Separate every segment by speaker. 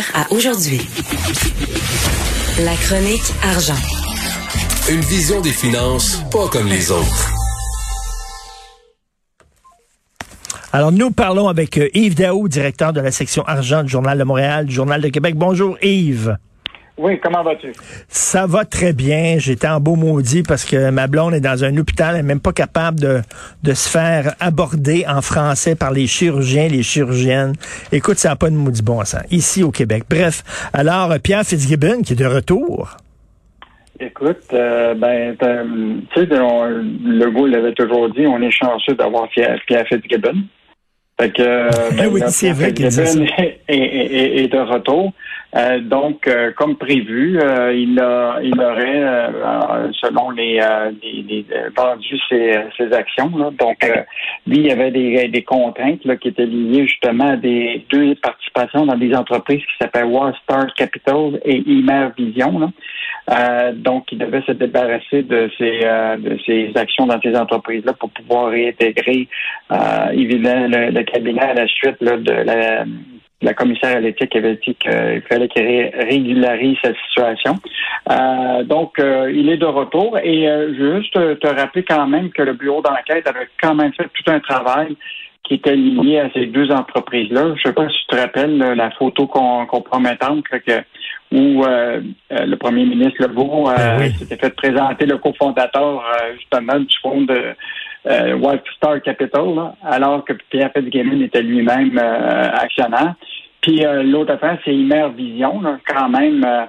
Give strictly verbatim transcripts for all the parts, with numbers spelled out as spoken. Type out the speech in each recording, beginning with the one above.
Speaker 1: à aujourd'hui. La chronique argent.
Speaker 2: Une vision des finances pas comme les autres.
Speaker 3: Alors, nous parlons avec Yves Daou, directeur de la section argent du Journal de Montréal, du Journal de Québec. Bonjour, Yves.
Speaker 4: Oui, comment vas-tu?
Speaker 3: Ça va très bien. J'étais en beau maudit parce que ma blonde est dans un hôpital. Elle n'est même pas capable de, de se faire aborder en français par les chirurgiens, les chirurgiennes. Écoute, ça n'a pas de maudit bon sens. Ici, au Québec. Bref. Alors, Pierre Fitzgibbon, qui est de retour.
Speaker 4: Écoute, euh, ben, tu sais, Legault l'avait toujours dit, on est chanceux d'avoir Pierre, Pierre Fitzgibbon. Fait que, euh, ben,
Speaker 3: oui, c'est vrai qu'il dit ça.
Speaker 4: Est, est, est, est de retour. Euh, donc, euh, comme prévu, euh, il a, il aurait, euh, selon les, euh, les, les vendu ses, ses actions. Là. Donc, euh, lui, il y avait des, des contraintes là, qui étaient liées justement à des deux participations dans des entreprises qui s'appellent Wallstar Capital et Imer Vision. Là. Euh, donc, il devait se débarrasser de ses, euh, de ses actions dans ces entreprises-là pour pouvoir réintégrer, euh, évidemment, le, le cabinet à la suite là, de la la commissaire à l'éthique avait dit qu'il fallait qu'il ré- régularise cette situation. Euh, donc, euh, il est de retour. Et euh, juste te rappeler quand même que le bureau d'enquête avait quand même fait tout un travail qui était lié à ces deux entreprises-là. Je ne sais pas si tu te rappelles là, la photo qu'on, compromettante là, que, où euh, euh, le premier ministre Legault euh, oui. s'était fait présenter le cofondateur euh, justement du fonds de euh, Wallstar Capital, là, alors que Pierre Fitzgibbon était lui-même euh, actionnaire. Puis euh, l'autre affaire, c'est Imer Vision, là, quand même. Euh,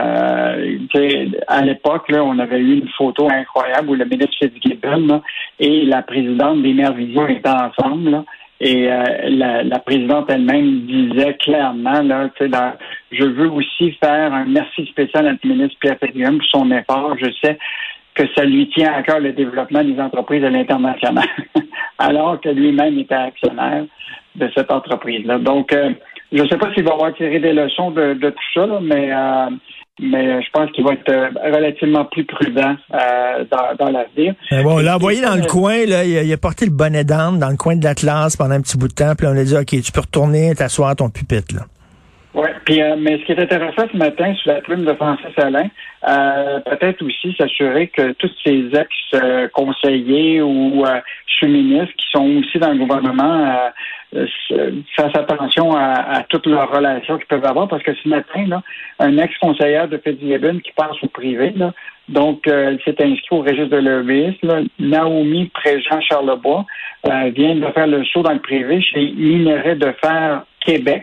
Speaker 4: euh, à l'époque, là, on avait eu une photo incroyable où le ministre Fitzgibbon là, et la présidente d'Imer Vision étaient ensemble. Là, et euh, la, la présidente elle-même disait clairement, là, dans, je veux aussi faire un merci spécial à notre ministre Pierre Fitzgibbon pour son effort. Je sais que ça lui tient à cœur le développement des entreprises à l'international, alors que lui-même était actionnaire de cette entreprise-là. Donc, euh, je ne sais pas s'il va avoir tiré des leçons de, de tout ça, là, mais, euh, mais je pense qu'il va être euh, relativement plus prudent euh, dans, dans l'avenir.
Speaker 3: Ben bon, on l'a envoyé dans le coin, là, il a, il a porté le bonnet d'âne dans le coin de l'Atlas pendant un petit bout de temps, puis on a dit, OK, tu peux retourner t'asseoir à ton pupitre, là.
Speaker 4: Oui, puis euh, mais ce qui est intéressant ce matin sous la plume de Francis Alain, euh, peut-être aussi s'assurer que tous ces ex-conseillers ou euh, sous-ministres qui sont aussi dans le gouvernement euh, fassent attention à, à toutes leurs relations qu'ils peuvent avoir, parce que ce matin, là, un ex-conseillère de Fitzgibbon qui passe au privé, là, donc euh, elle s'est inscrite au registre de lobbyisme, Naomi Préjean-Charlebois euh, vient de faire le saut dans le privé chez Minerais de Fer Québec.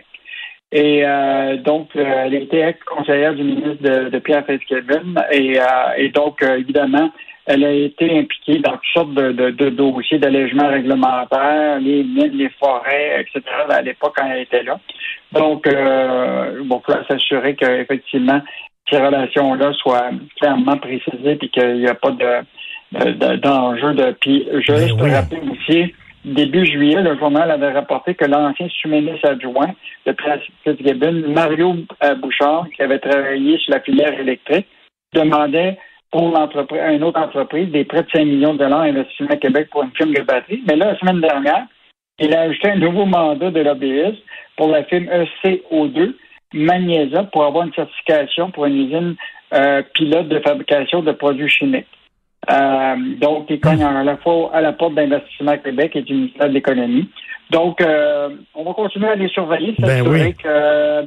Speaker 4: Et euh, donc, euh, elle était ex-conseillère du ministre de, de Pierre Fitzgibbon et, euh, et donc, euh, évidemment, elle a été impliquée dans toutes sortes de, de, de dossiers d'allègement réglementaire, les mines, les forêts, et cetera, à l'époque quand elle était là. Donc, euh, bon, il faut s'assurer qu'effectivement, ces relations-là soient clairement précisées et qu'il n'y a pas de, de, de, d'enjeu. De, puis, je veux juste te rappeler aussi, début juillet, le journal avait rapporté que l'ancien sous-ministre adjoint de Pierre Fitzgibbon, Mario Bouchard, qui avait travaillé sur la filière électrique, demandait pour l'entreprise, une autre entreprise des prêts de cinq millions de dollars investis à Québec pour une firme de batterie. Mais là, la semaine dernière, il a ajouté un nouveau mandat de lobbyiste pour la firme E C O deux, Magnésia, pour avoir une certification pour une usine euh, pilote de fabrication de produits chimiques. Euh, donc, il cogne à la fois à la porte d'Investissement à Québec et du ministère de l'Économie. Donc, euh, on va continuer à les surveiller, s'assurer ben oui. que euh,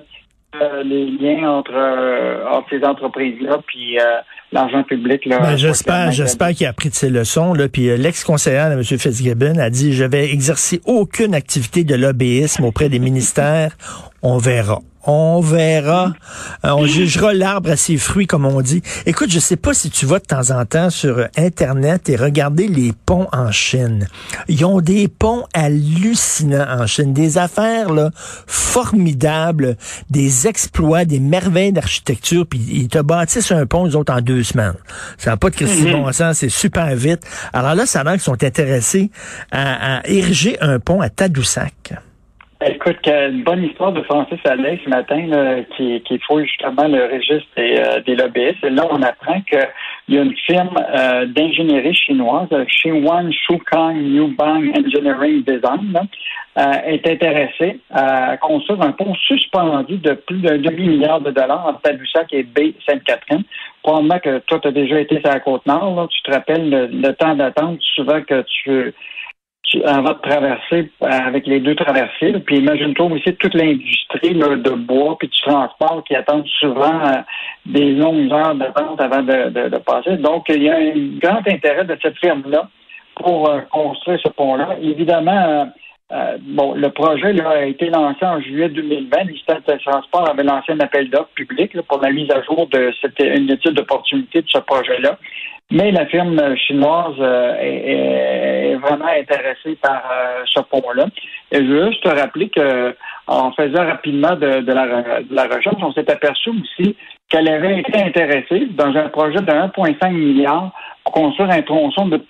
Speaker 4: les liens entre, euh, entre ces entreprises-là puis euh, l'argent public. Là,
Speaker 3: ben, j'espère j'espère qu'il a appris de ses leçons. Là, puis euh, l'ex-conseillère de M. Fitzgibbon a dit, je vais exercer aucune activité de lobbyisme auprès des ministères. On verra. On verra. Euh, on jugera l'arbre à ses fruits, comme on dit. Écoute, je sais pas si tu vas de temps en temps sur Internet et regarder les ponts en Chine. Ils ont des ponts hallucinants en Chine. Des affaires là formidables, des exploits, des merveilles d'architecture. Puis ils te bâtissent un pont, les autres, en deux semaines. Ça n'a pas de question de bon sens. C'est super vite. Alors là, ça a l'air qu'ils sont intéressés à, à ériger un pont à Tadoussac.
Speaker 4: Écoute, une bonne histoire de Francis Alain ce matin, là, qui, qui fouille justement le registre des, euh, des lobbyistes. Et là, on apprend que il y a une firme euh, d'ingénierie chinoise, Xinhuan Shukang Newbank Engineering Design, là, euh, est intéressée à construire un pont suspendu de plus d'un demi-milliard de dollars entre Tadoussac et Baie-Sainte-Catherine. Probablement que toi, tu as déjà été sur la Côte-Nord, là, tu te rappelles le, le temps d'attente souvent que tu... avant de traverser avec les deux traversées. Là. Puis imagine-toi aussi toute l'industrie là, de bois puis du transport qui attendent souvent euh, des longues heures d'attente avant de, de, de passer. Donc, il y a un grand intérêt de cette firme-là pour euh, construire ce pont-là. Évidemment, euh, euh, bon, le projet là, a été lancé en juillet deux mille vingt. Le ministère du Transport avait lancé un appel d'offres public là, pour la mise à jour de cette une étude d'opportunité de ce projet-là. Mais la firme chinoise euh, est, est vraiment intéressée par euh, ce pont-là. Et je veux juste te rappeler que en faisant rapidement de, de, la, de la recherche, on s'est aperçu aussi qu'elle avait été intéressée dans un projet de un virgule cinq milliard pour construire un tronçon de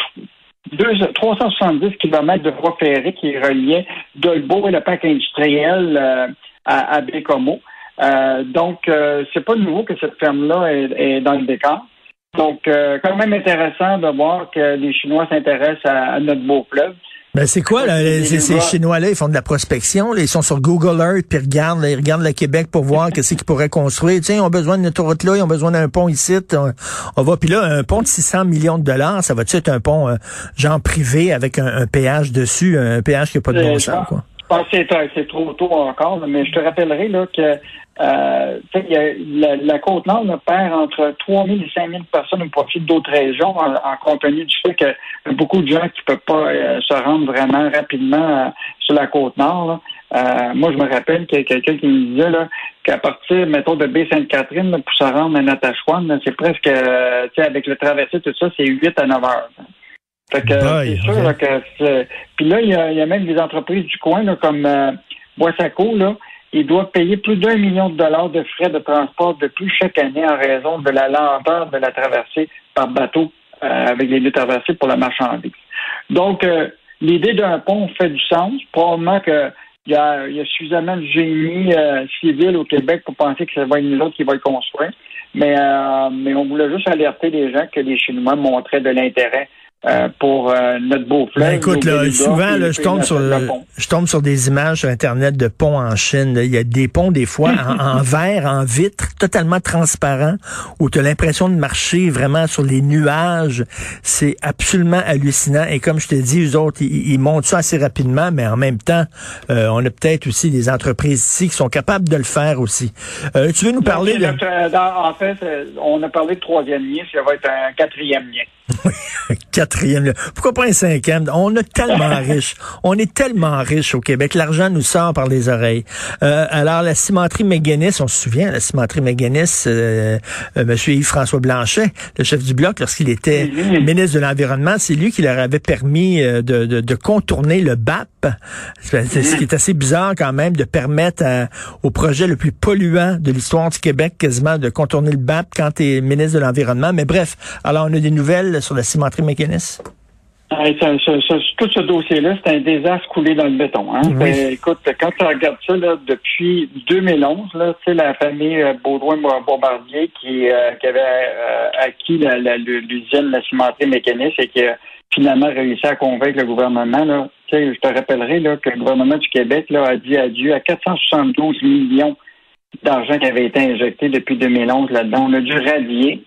Speaker 4: trois cent soixante-dix kilomètres de voie ferrée qui reliait Dolbeau et le parc industriel euh, à, à Bécomo. Euh, donc, euh, c'est pas nouveau que cette ferme-là est, est dans le décor. Donc, euh, quand même intéressant de voir que les Chinois s'intéressent à, à notre beau fleuve.
Speaker 3: Ben c'est quoi, là, ces, ces Chinois-là, ils font de la prospection, là, ils sont sur Google Earth, puis ils regardent, là, ils regardent le Québec pour voir qu'est-ce qu'ils pourraient construire. Tiens, ils ont besoin d'une autoroute là, ils ont besoin d'un pont ici. On, on va, puis là, un pont de six cents millions de dollars, ça va-tu être un pont euh, genre privé avec un, un péage dessus, un péage qui n'a pas de bon sens, quoi?
Speaker 4: Je pense que c'est, c'est trop tôt encore, mais je te rappellerai là que euh, y a, la, la Côte-Nord là, perd entre trois mille et cinq mille personnes au profit d'autres régions en, en compte tenu du fait que beaucoup de gens qui ne peuvent pas euh, se rendre vraiment rapidement euh, sur la Côte-Nord. Là. Euh, moi, je me rappelle qu'il y a quelqu'un qui me disait là, qu'à partir, mettons, de Baie-Sainte-Catherine, là, pour se rendre à Natashquan, c'est presque, euh, tu sais, avec le traversé, tout ça, c'est huit à neuf heures. Là. Fait que Boy, c'est sûr okay. là, que c'est... Puis là, il y a, y a même des entreprises du coin, là, comme euh, Boissaco, là, ils doivent payer plus d'un million de dollars de frais de transport de plus chaque année en raison de la lenteur de la traversée par bateau euh, avec les deux traversées pour la marchandise. Donc, euh, l'idée d'un pont fait du sens. Probablement que il y a, y a suffisamment de génie euh, civil au Québec pour penser que ça va être nous autres qui va le construire. Mais, euh, mais on voulait juste alerter les gens que les Chinois montraient de l'intérêt Euh, pour euh, notre beau fleuve.
Speaker 3: Ben écoute, là, souvent, là, je tombe sur je tombe sur des images sur Internet de ponts en Chine. Là. Il y a des ponts, des fois, en, en verre, en vitre, totalement transparent, où tu as l'impression de marcher vraiment sur les nuages. C'est absolument hallucinant. Et comme je te dis, eux autres, ils, ils montent ça assez rapidement, mais en même temps, euh, on a peut-être aussi des entreprises ici qui sont capables de le faire aussi. Euh, tu veux nous parler
Speaker 4: de... Notre, dans, en fait, on a parlé de troisième lien, ça va être un quatrième lien.
Speaker 3: Oui, quatrième. Pourquoi pas un cinquième? On est tellement riche. On est tellement riche au Québec. L'argent nous sort par les oreilles. Euh, alors, la cimenterie McGuinness, on se souvient, la cimenterie McGuinness, euh, euh, M. Yves-François Blanchet, le chef du Bloc, lorsqu'il était mmh. ministre de l'Environnement, c'est lui qui leur avait permis de, de, de contourner le B A P. C'est, c'est ce qui est assez bizarre quand même, de permettre à, au projet le plus polluant de l'histoire du Québec, quasiment, de contourner le B A P quand tu es ministre de l'Environnement. Mais bref, alors on a des nouvelles sur la cimenterie McGuinness?
Speaker 4: Ah, ça, ça, ça, tout ce dossier-là, c'est un désastre coulé dans le béton. Hein? Oui. Euh, écoute, quand tu regardes ça là, depuis deux mille onze, là, tu sais, la famille euh, Baudouin-Bombardier qui, euh, qui avait euh, acquis la, la, l'usine, la cimenterie McGuinness et qui a finalement réussi à convaincre le gouvernement. Là, tu sais, je te rappellerai là, que le gouvernement du Québec là, a dit adieu à quatre cent soixante-douze millions d'argent qui avait été injecté depuis deux mille onze là-dedans. On a dû rallier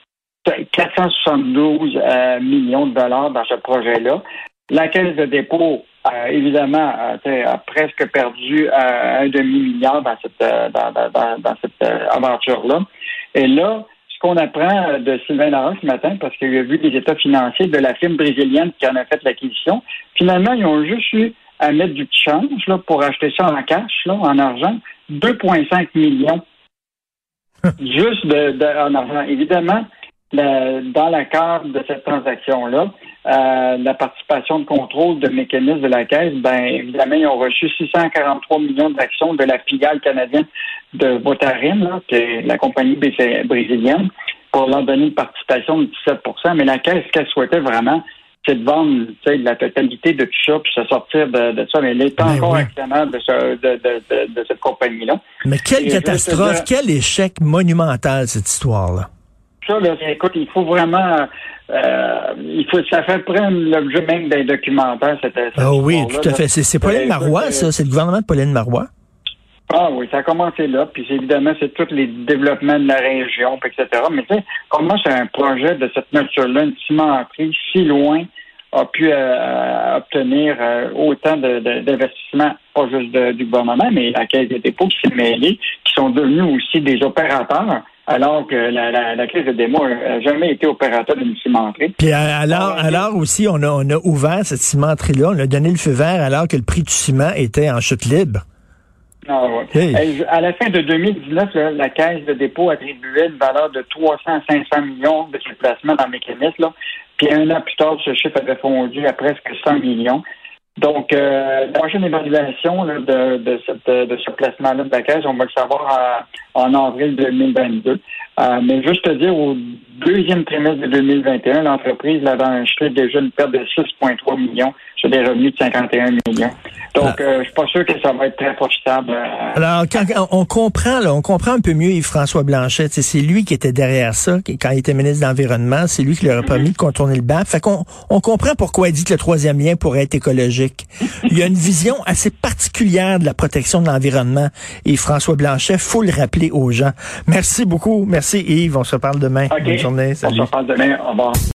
Speaker 4: quatre cent soixante-douze euh, millions de dollars dans ce projet-là. La Caisse de dépôt, euh, évidemment, euh, a presque perdu euh, un demi-milliard dans cette, euh, dans, dans, dans cette euh, aventure-là. Et là, ce qu'on apprend de Sylvain Larocque ce matin, parce qu'il a vu les états financiers de la firme brésilienne qui en a fait l'acquisition, finalement, ils ont juste eu à mettre du petit change là, pour acheter ça en cash, là, en argent, deux virgule cinq millions. Juste de, de, en argent. Évidemment, Le, dans le cadre de cette transaction-là, euh, la participation de contrôle de mécanisme de la Caisse, ben évidemment, ils ont reçu six cent quarante-trois millions d'actions de la filiale canadienne de Votarin, là, qui est la compagnie brésilienne, pour leur donner une participation de dix-sept pour cent. Mais la Caisse, ce qu'elle souhaitait vraiment, c'est de vendre la totalité de tout ça, puis se sortir de, de ça. Mais elle est ben encore oui. actionnaire de, ce, de, de, de, de cette compagnie-là.
Speaker 3: Mais quelle Et catastrophe, dire, quel échec monumental, cette histoire-là.
Speaker 4: ça, là, écoute, il faut vraiment... Euh, il faut, ça fait prendre l'objet même d'un documentaire. Cette, cette
Speaker 3: ah oui, tout à
Speaker 4: là.
Speaker 3: fait. C'est, c'est Pauline euh, Marois, euh, ça. C'est le gouvernement de Pauline Marois.
Speaker 4: Ah oui, ça a commencé là. Puis évidemment, c'est tous les développements de la région, et cetera. Mais tu sais, comment c'est un projet de cette nature-là, une cimenterie si loin, a pu euh, obtenir euh, autant de, de, d'investissements, pas juste de, du gouvernement, mais la Caisse des dépôts qui s'est mêlée, qui sont devenus aussi des opérateurs, alors que la, la, la Caisse des dépôts n'a jamais été opérateur d'une cimenterie.
Speaker 3: Puis alors, alors aussi, on a, on a ouvert cette cimenterie-là, on a donné le feu vert alors que le prix du ciment était en chute libre.
Speaker 4: Ah ouais. Hey. À la fin de deux mille dix-neuf, là, la Caisse de dépôt attribuait une valeur de trois cents à cinq cents millions de ce placement dans le mécanisme, là. Puis un an plus tard, ce chiffre avait fondu à presque cent millions. Donc, euh, la prochaine évaluation là, de, de, cette, de ce placement-là de la Caisse, on va le savoir en, en avril deux mille vingt-deux. Euh, mais juste te dire, au deuxième trimestre de deux mille vingt et un, l'entreprise avait enregistré déjà une perte de six virgule trois millions sur des revenus de cinquante et un millions. Donc, ah. euh, je suis pas sûr que ça va être très profitable. Euh,
Speaker 3: Alors, quand, quand on comprend, là, on comprend un peu mieux Yves-François Blanchet. C'est lui qui était derrière ça, quand il était ministre de l'Environnement. C'est lui qui leur a permis mm-hmm. de contourner le banc. Fait qu'on on comprend pourquoi il dit que le troisième lien pourrait être écologique. Il y a une vision assez particulière de la protection de l'environnement. Yves-François Blanchet, faut le rappeler aux gens. Merci beaucoup. Merci Yves. On se reparle demain.
Speaker 4: Okay.
Speaker 3: Bonne journée. Salut.
Speaker 4: On se reparle demain. Au revoir.